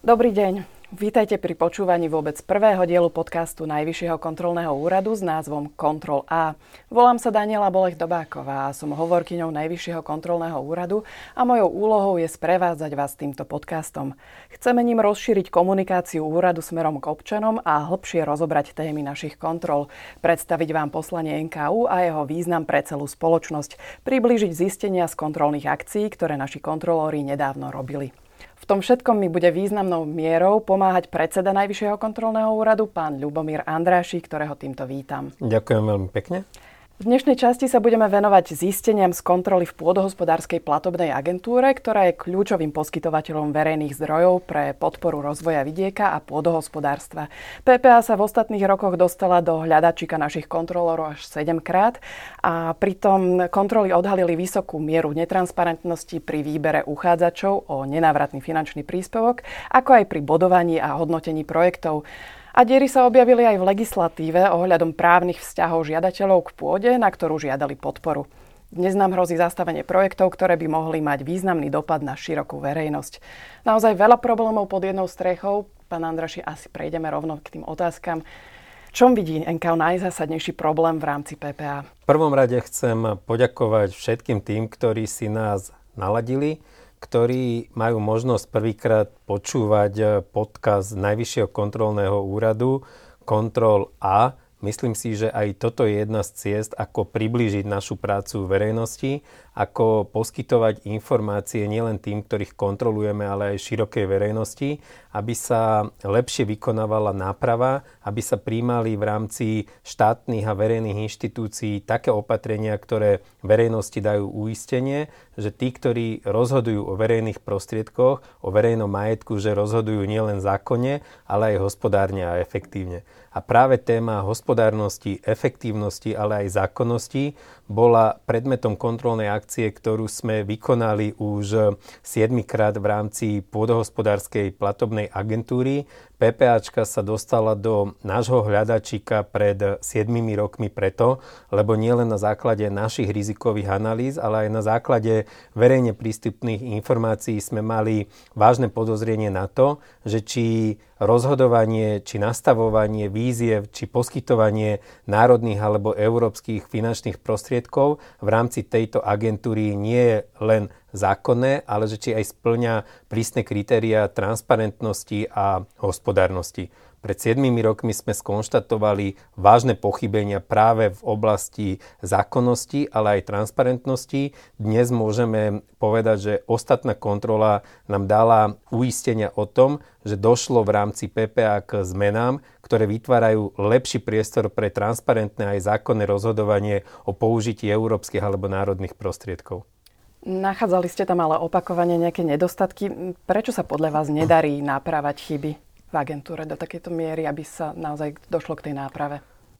Dobrý deň. Vítajte pri počúvaní vôbec prvého dielu podcastu Najvyššieho kontrolného úradu s názvom Kontrol A. Volám sa Daniela Bolech-Dobáková a som hovorkyňou Najvyššieho kontrolného úradu a mojou úlohou je sprevádzať vás týmto podcastom. Chceme ním rozšíriť komunikáciu úradu smerom k občanom a hlbšie rozobrať témy našich kontrol, predstaviť vám poslanie NKÚ a jeho význam pre celú spoločnosť, priblížiť zistenia z kontrolných akcií, ktoré naši kontrolóri nedávno robili. V tom všetkom mi bude významnou mierou pomáhať predseda Najvyššieho kontrolného úradu, pán Ľubomír Andrášik, ktorého týmto vítam. Ďakujem veľmi pekne. V dnešnej časti sa budeme venovať zisteniam z kontroly v pôdohospodárskej platobnej agentúre, ktorá je kľúčovým poskytovateľom verejných zdrojov pre podporu rozvoja vidieka a pôdohospodárstva. PPA sa v ostatných rokoch dostala do hľadačika našich kontrolórov až 7-krát a pritom kontroly odhalili vysokú mieru netransparentnosti pri výbere uchádzačov o nenávratný finančný príspevok, ako aj pri bodovaní a hodnotení projektov. A diery sa objavili aj v legislatíve ohľadom právnych vzťahov žiadateľov k pôde, na ktorú žiadali podporu. Dnes nám hrozí zastavenie projektov, ktoré by mohli mať významný dopad na širokú verejnosť. Naozaj veľa problémov pod jednou strechou. Pán Andraši, asi prejdeme rovno k tým otázkam. V čom vidí NKÚ najzásadnejší problém v rámci PPA? V prvom rade chcem poďakovať všetkým tým, ktorí si nás naladili, ktorí majú možnosť prvýkrát počúvať podcast Najvyššieho kontrolného úradu Kontrol A. Myslím si, že aj toto je jedna z ciest, ako priblížiť našu prácu verejnosti, ako poskytovať informácie nielen tým, ktorých kontrolujeme, ale aj širokej verejnosti, aby sa lepšie vykonávala náprava, aby sa prijímali v rámci štátnych a verejných inštitúcií také opatrenia, ktoré verejnosti dajú uistenie, že tí, ktorí rozhodujú o verejných prostriedkoch, o verejnom majetku, že rozhodujú nielen zákonne, ale aj hospodárne a efektívne. A práve téma hospodárnosti, efektívnosti, ale aj zákonnosti bola predmetom kontrolnej akcie, ktorú sme vykonali už 7-krát v rámci pôdohospodárskej platobnej agentúry. PPAčka sa dostala do nášho hľadačika pred 7 rokmi preto, lebo nielen na základe našich rizikových analýz, ale aj na základe verejne prístupných informácií sme mali vážne podozrenie na to, že či rozhodovanie, či nastavovanie víziev, či poskytovanie národných alebo európskych finančných prostriedkov v rámci tejto agentúry nie je len zákonné, ale že či aj splňa prísne kritériá transparentnosti a hospodárnosti. Pred 7 rokmi sme skonštatovali vážne pochybenia práve v oblasti zákonnosti, ale aj transparentnosti. Dnes môžeme povedať, že ostatná kontrola nám dala uistenia o tom, že došlo v rámci PPA k zmenám, ktoré vytvárajú lepší priestor pre transparentné aj zákonné rozhodovanie o použití európskych alebo národných prostriedkov. Nachádzali ste tam ale opakovane nejaké nedostatky. Prečo sa podľa vás nedarí napravať chyby v agentúre do takejto miery, aby sa naozaj došlo k tej náprave?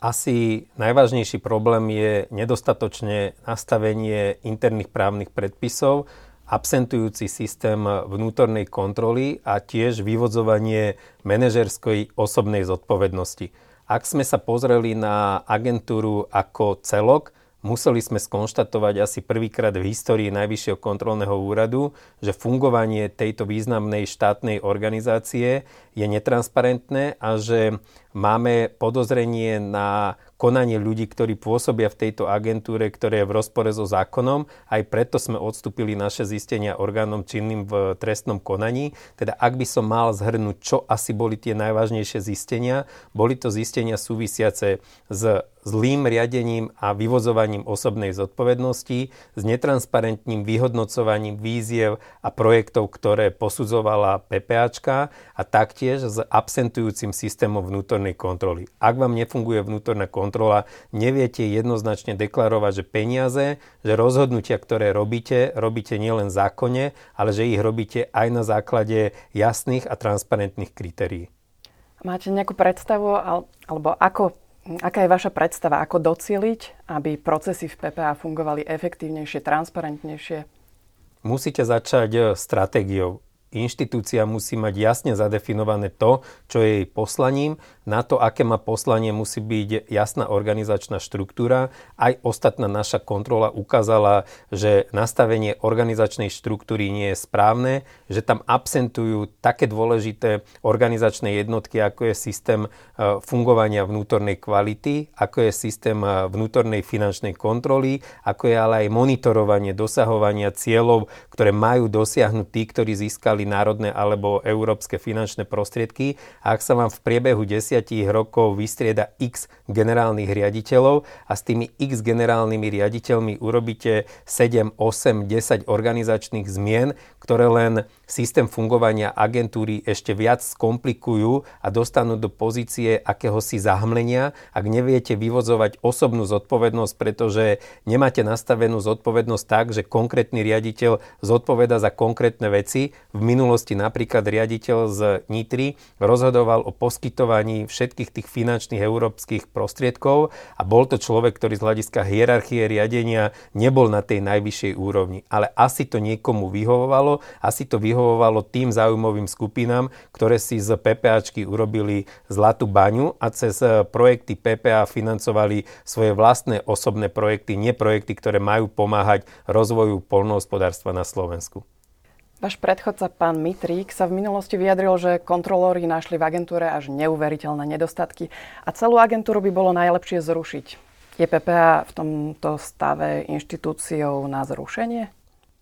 Asi najvážnejší problém je nedostatočné nastavenie interných právnych predpisov, absentujúci systém vnútornej kontroly a tiež vyvodzovanie manažerskej osobnej zodpovednosti. Ak sme sa pozreli na agentúru ako celok, museli sme skonštatovať asi prvýkrát v histórii Najvyššieho kontrolného úradu, že fungovanie tejto významnej štátnej organizácie je netransparentné a že máme podozrenie na konanie ľudí, ktorí pôsobia v tejto agentúre, ktoré je v rozpore so zákonom. Aj preto sme odstúpili naše zistenia orgánom činným v trestnom konaní. Teda ak by som mal zhrnúť, čo asi boli tie najvážnejšie zistenia, boli to zistenia súvisiace s zlým riadením a vyvozovaním osobnej zodpovednosti, s netransparentným vyhodnocovaním víziev a projektov, ktoré posudzovala PPAčka a taktiež s absentujúcim systémom vnútornej kontroly. Ak vám nefunguje vnútorná kontrola, neviete jednoznačne deklarovať, že peniaze, že rozhodnutia, ktoré robíte nielen zákonne, ale že ich robíte aj na základe jasných a transparentných kritérií. Máte nejakú predstavu, alebo aká je vaša predstava, ako docieliť, aby procesy v PPA fungovali efektívnejšie, transparentnejšie? Musíte začať stratégiou. inštitúcia musí mať jasne zadefinované to, čo je jej poslaním. Na to, aké má poslanie, musí byť jasná organizačná štruktúra. Aj ostatná naša kontrola ukázala, že nastavenie organizačnej štruktúry nie je správne, že tam absentujú také dôležité organizačné jednotky, ako je systém fungovania vnútornej kvality, ako je systém vnútornej finančnej kontroly, ako je ale aj monitorovanie dosahovania cieľov, ktoré majú dosiahnuť tí, ktorí získali národné alebo európske finančné prostriedky. A ak sa vám v priebehu 10 rokov vystrieda x generálnych riaditeľov a s tými x generálnymi riaditeľmi urobíte 7, 8, 10 organizačných zmien, ktoré len systém fungovania agentúry ešte viac skomplikujú a dostanú do pozície akéhosi zahmlenia, ak neviete vyvozovať osobnú zodpovednosť, pretože nemáte nastavenú zodpovednosť tak, že konkrétny riaditeľ zodpoveda za konkrétne veci. V minulosti napríklad riaditeľ z Nitry rozhodoval o poskytovaní všetkých tých finančných európskych prostriedkov a bol to človek, ktorý z hľadiska hierarchie riadenia nebol na tej najvyššej úrovni. Ale asi to niekomu vyhovovalo, asi to vyhovovalo tým záujmovým skupinám, ktoré si z PPAčky urobili zlatú baňu a cez projekty PPA financovali svoje vlastné osobné projekty, nie projekty, ktoré majú pomáhať rozvoju poľnohospodárstva na Slovensku. Váš predchodca, pán Mitrík, sa v minulosti vyjadril, že kontrolóri našli v agentúre až neuveriteľné nedostatky a celú agentúru by bolo najlepšie zrušiť. Je PPA v tomto stave inštitúciou na zrušenie?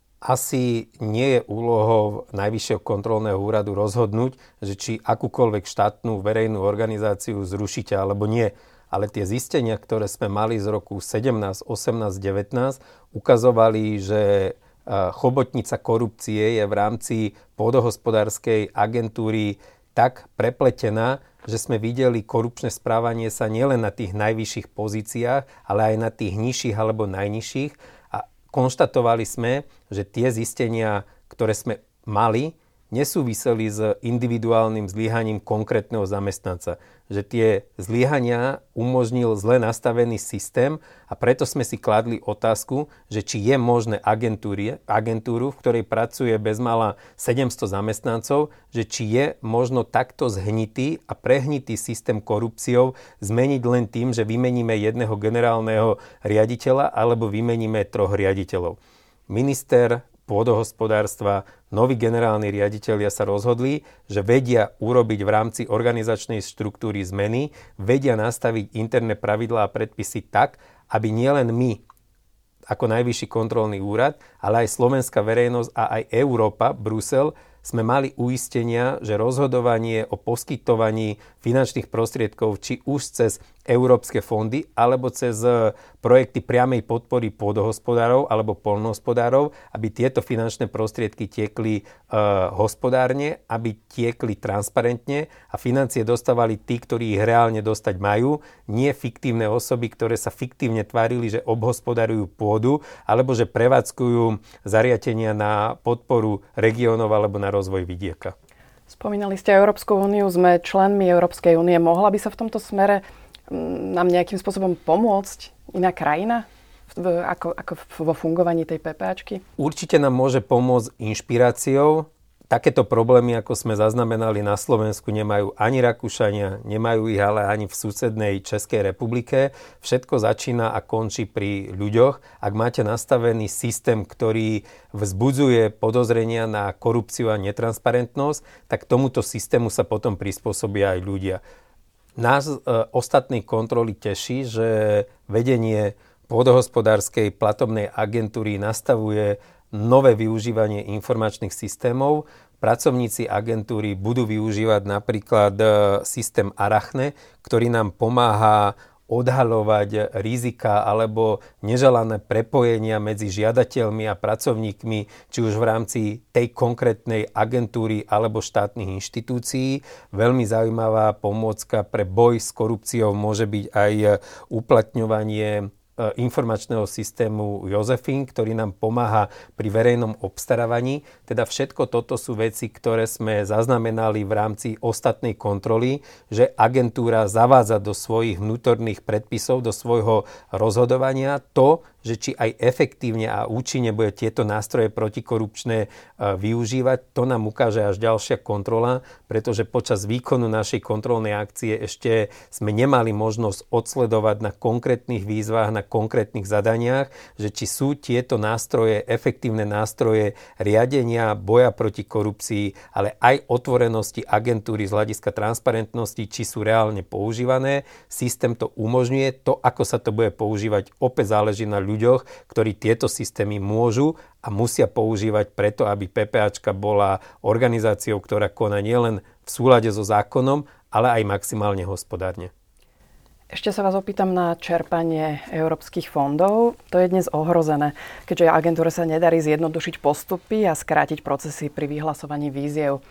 Asi nie je úlohou Najvyššieho kontrolného úradu rozhodnúť, že či akúkoľvek štátnu verejnú organizáciu zrušíte alebo nie. Ale tie zistenia, ktoré sme mali z roku 17, 18, 19, ukazovali, že chobotnica korupcie je v rámci pôdohospodárskej agentúry tak prepletená, že sme videli korupčné správanie sa nielen na tých najvyšších pozíciách, ale aj na tých nižších alebo najnižších. A konštatovali sme, že tie zistenia, ktoré sme mali, nesúviseli s individuálnym zlyhaním konkrétneho zamestnanca. Že tie zlyhania umožnil zle nastavený systém a preto sme si kladli otázku, že či je možné agentúru, v ktorej pracuje bezmála 700 zamestnancov, že či je možno takto zhnitý a prehnitý systém korupciou zmeniť len tým, že vymeníme jedného generálneho riaditeľa alebo vymeníme 3 riaditeľov. Minister pôdohospodárstva, noví generálni riaditelia sa rozhodli, že vedia urobiť v rámci organizačnej štruktúry zmeny, vedia nastaviť interné pravidlá a predpisy tak, aby nielen my, ako Najvyšší kontrolný úrad, ale aj slovenská verejnosť a aj Európa, Brusel, sme mali uistenia, že rozhodovanie o poskytovaní finančných prostriedkov, či už cez európske fondy, alebo cez projekty priamej podpory pôdohospodárov alebo poľnohospodárov, aby tieto finančné prostriedky tiekli hospodárne, aby tiekli transparentne a financie dostávali tí, ktorí ich reálne dostať majú, nie fiktívne osoby, ktoré sa fiktívne tvárili, že obhospodarujú pôdu, alebo že prevádzkujú zariadenia na podporu regiónov alebo na rozvoj vidieka. Spomínali ste Európsku úniu, sme členmi Európskej únie. Mohla by sa v tomto smere nám nejakým spôsobom pomôcť iná krajina ako vo fungovaní tej PPAčky? Určite nám môže pomôcť inšpiráciou. Takéto problémy, ako sme zaznamenali na Slovensku, nemajú ani Rakúšania, nemajú ich ale ani v susednej Českej republike. Všetko začína a končí pri ľuďoch. Ak máte nastavený systém, ktorý vzbudzuje podozrenia na korupciu a netransparentnosť, tak tomuto systému sa potom prispôsobia aj ľudia. Nás ostatní kontroly teší, že vedenie pôdohospodárskej platobnej agentúry nastavuje nové využívanie informačných systémov. Pracovníci agentúry budú využívať napríklad systém Arachne, ktorý nám pomáha odhaľovať rizika alebo neželané prepojenia medzi žiadateľmi a pracovníkmi, či už v rámci tej konkrétnej agentúry alebo štátnych inštitúcií. Veľmi zaujímavá pomôcka pre boj s korupciou môže byť aj uplatňovanie informačného systému Josefín, ktorý nám pomáha pri verejnom obstarávaní. Teda všetko toto sú veci, ktoré sme zaznamenali v rámci ostatnej kontroly, že agentúra zavádza do svojich vnútorných predpisov, do svojho rozhodovania to, že či aj efektívne a účinne bude tieto nástroje protikorupčné využívať, to nám ukáže až ďalšia kontrola, pretože počas výkonu našej kontrolnej akcie ešte sme nemali možnosť odsledovať na konkrétnych výzvach, na konkrétnych zadaniach, že či sú tieto nástroje, efektívne nástroje riadenia, boja proti korupcii, ale aj otvorenosti agentúry z hľadiska transparentnosti, či sú reálne používané. Systém to umožňuje, to ako sa to bude používať, opäť záleží na ľuďoch, ktorí tieto systémy môžu a musia používať preto, aby PPAčka bola organizáciou, ktorá koná nielen v súlade so zákonom, ale aj maximálne hospodárne. Ešte sa vás opýtam na čerpanie európskych fondov. To je dnes ohrozené, keďže agentúre sa nedarí zjednodušiť postupy a skrátiť procesy pri vyhlasovaní výziev.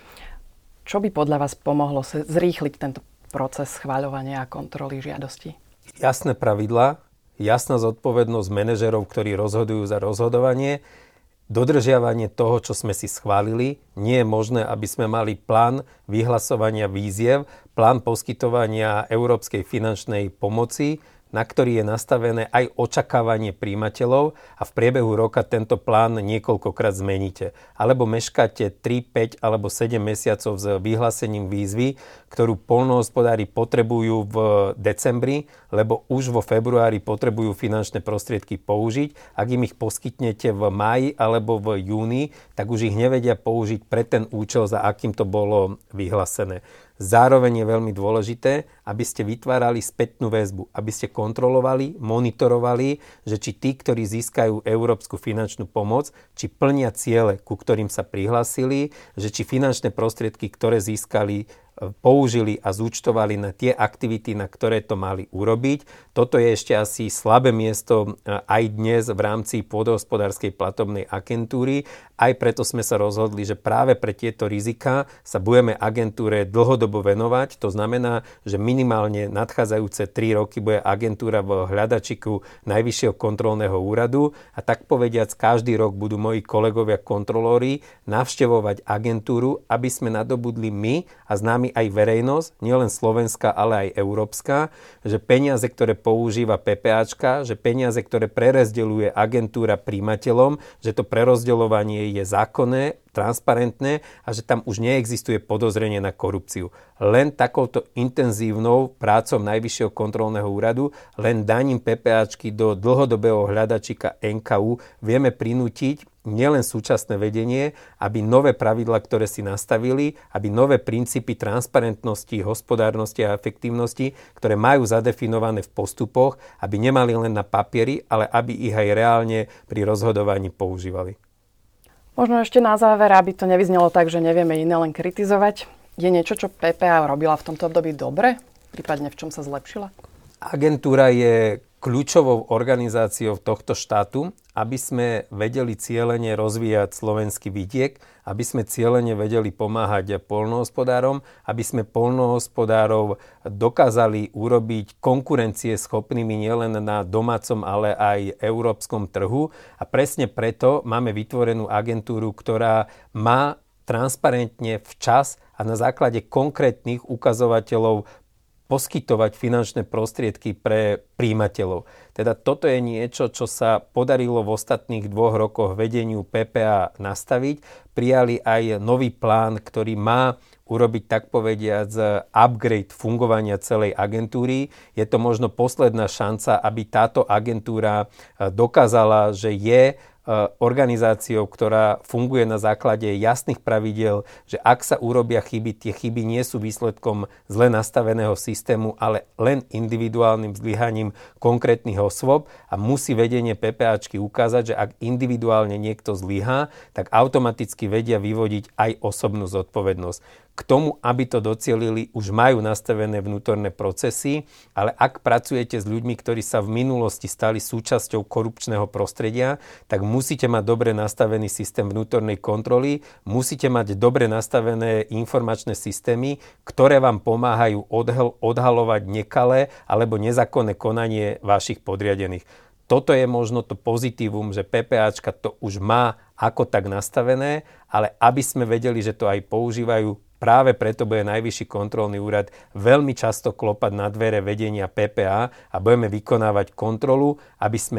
Čo by podľa vás pomohlo zrýchliť tento proces schvaľovania a kontroly žiadostí? Jasné pravidlá, jasná zodpovednosť manažerov, ktorí rozhodujú za rozhodovanie, dodržiavanie toho, čo sme si schválili. Nie je možné, aby sme mali plán vyhlasovania výziev, plán poskytovania európskej finančnej pomoci, na ktorý je nastavené aj očakávanie prijímateľov a v priebehu roka tento plán niekoľkokrát zmeníte. Alebo meškáte 3, 5 alebo 7 mesiacov s vyhlásením výzvy, ktorú poľnohospodári potrebujú v decembri, lebo už vo februári potrebujú finančné prostriedky použiť. Ak im ich poskytnete v máji alebo v júni, tak už ich nevedia použiť pre ten účel, za akým to bolo vyhlásené. Zároveň je veľmi dôležité, aby ste vytvárali spätnú väzbu, aby ste kontrolovali, monitorovali, že či tí, ktorí získajú európsku finančnú pomoc, či plnia ciele, ku ktorým sa prihlásili, že či finančné prostriedky, ktoré získali, použili a zúčtovali na tie aktivity, na ktoré to mali urobiť. Toto je ešte asi slabé miesto aj dnes v rámci pôdohospodárskej platobnej agentúry. Aj preto sme sa rozhodli, že práve pre tieto rizika sa budeme agentúre dlhodobo venovať. To znamená, že minimálne nadchádzajúce 3 roky bude agentúra v hľadačiku Najvyššieho kontrolného úradu a tak povediac každý rok budú moji kolegovia kontrolóri navštevovať agentúru, aby sme nadobudli my a s nami aj verejnosť, nielen slovenská, ale aj európska, že peniaze, ktoré používa PPAčka, že peniaze, ktoré prerozdeľuje agentúra prijímateľom, že to prerozdeľovanie je zákonné, transparentné a že tam už neexistuje podozrenie na korupciu. Len takouto intenzívnou prácou Najvyššieho kontrolného úradu, len daním PPAčky do dlhodobého hľadačika NKÚ vieme prinútiť nielen súčasné vedenie, aby nové pravidlá, ktoré si nastavili, aby nové princípy transparentnosti, hospodárnosti a efektívnosti, ktoré majú zadefinované v postupoch, aby nemali len na papieri, ale aby ich aj reálne pri rozhodovaní používali. Možno ešte na záver, aby to nevyznelo tak, že nevieme iné len kritizovať. Je niečo, čo PPA robila v tomto období dobre? Prípadne v čom sa zlepšila? Agentúra je kľúčovou organizáciou tohto štátu, aby sme vedeli cielene rozvíjať slovenský vidiek, aby sme cielene vedeli pomáhať poľnohospodárom, aby sme poľnohospodárov dokázali urobiť konkurencieschopnými nielen na domácom, ale aj európskom trhu. A presne preto máme vytvorenú agentúru, ktorá má transparentne včas a na základe konkrétnych ukazovateľov poskytovať finančné prostriedky pre prijímateľov. Teda toto je niečo, čo sa podarilo v ostatných 2 rokoch vedeniu PPA nastaviť. Prijali aj nový plán, ktorý má urobiť, tak povediac, upgrade fungovania celej agentúry. Je to možno posledná šanca, aby táto agentúra dokázala, že je organizáciou, ktorá funguje na základe jasných pravidiel, že ak sa urobia chyby, tie chyby nie sú výsledkom zle nastaveného systému, ale len individuálnym zlyhaním konkrétnych osôb a musí vedenie PPAčky ukázať, že ak individuálne niekto zlyhá, tak automaticky vedia vyvodiť aj osobnú zodpovednosť. K tomu, aby to docielili, už majú nastavené vnútorné procesy, ale ak pracujete s ľuďmi, ktorí sa v minulosti stali súčasťou korupčného prostredia, tak musíte mať dobre nastavený systém vnútornej kontroly, musíte mať dobre nastavené informačné systémy, ktoré vám pomáhajú odhalovať nekalé alebo nezákonné konanie vašich podriadených. Toto je možno to pozitívum, že PPAčka to už má ako tak nastavené, ale aby sme vedeli, že to aj používajú, práve preto bude Najvyšší kontrolný úrad veľmi často klopať na dvere vedenia PPA a budeme vykonávať kontrolu, aby sme my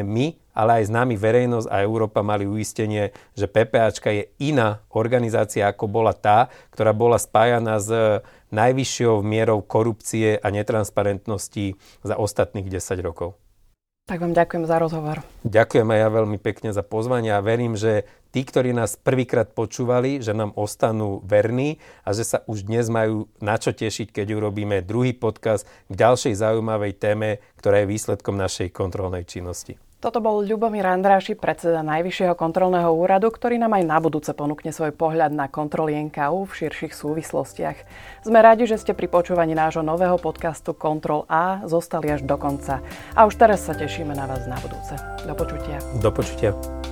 ale aj s nami verejnosť a Európa mali uistenie, že PPAčka je iná organizácia, ako bola tá, ktorá bola spájaná s najvyššou mierou korupcie a netransparentnosti za ostatných 10 rokov. Tak vám ďakujem za rozhovor. Ďakujem aj ja veľmi pekne za pozvanie a verím, že tí, ktorí nás prvýkrát počúvali, že nám ostanú verní a že sa už dnes majú na čo tešiť, keď urobíme druhý podcast k ďalšej zaujímavej téme, ktorá je výsledkom našej kontrolnej činnosti. Toto bol Ľubomír Andráši, predseda Najvyššieho kontrolného úradu, ktorý nám aj na budúce ponúkne svoj pohľad na kontroly NKÚ v širších súvislostiach. Sme radi, že ste pri počúvaní nášho nového podcastu Kontrol A zostali až do konca. A už teraz sa tešíme na vás na budúce. Do počutia. Do počutia.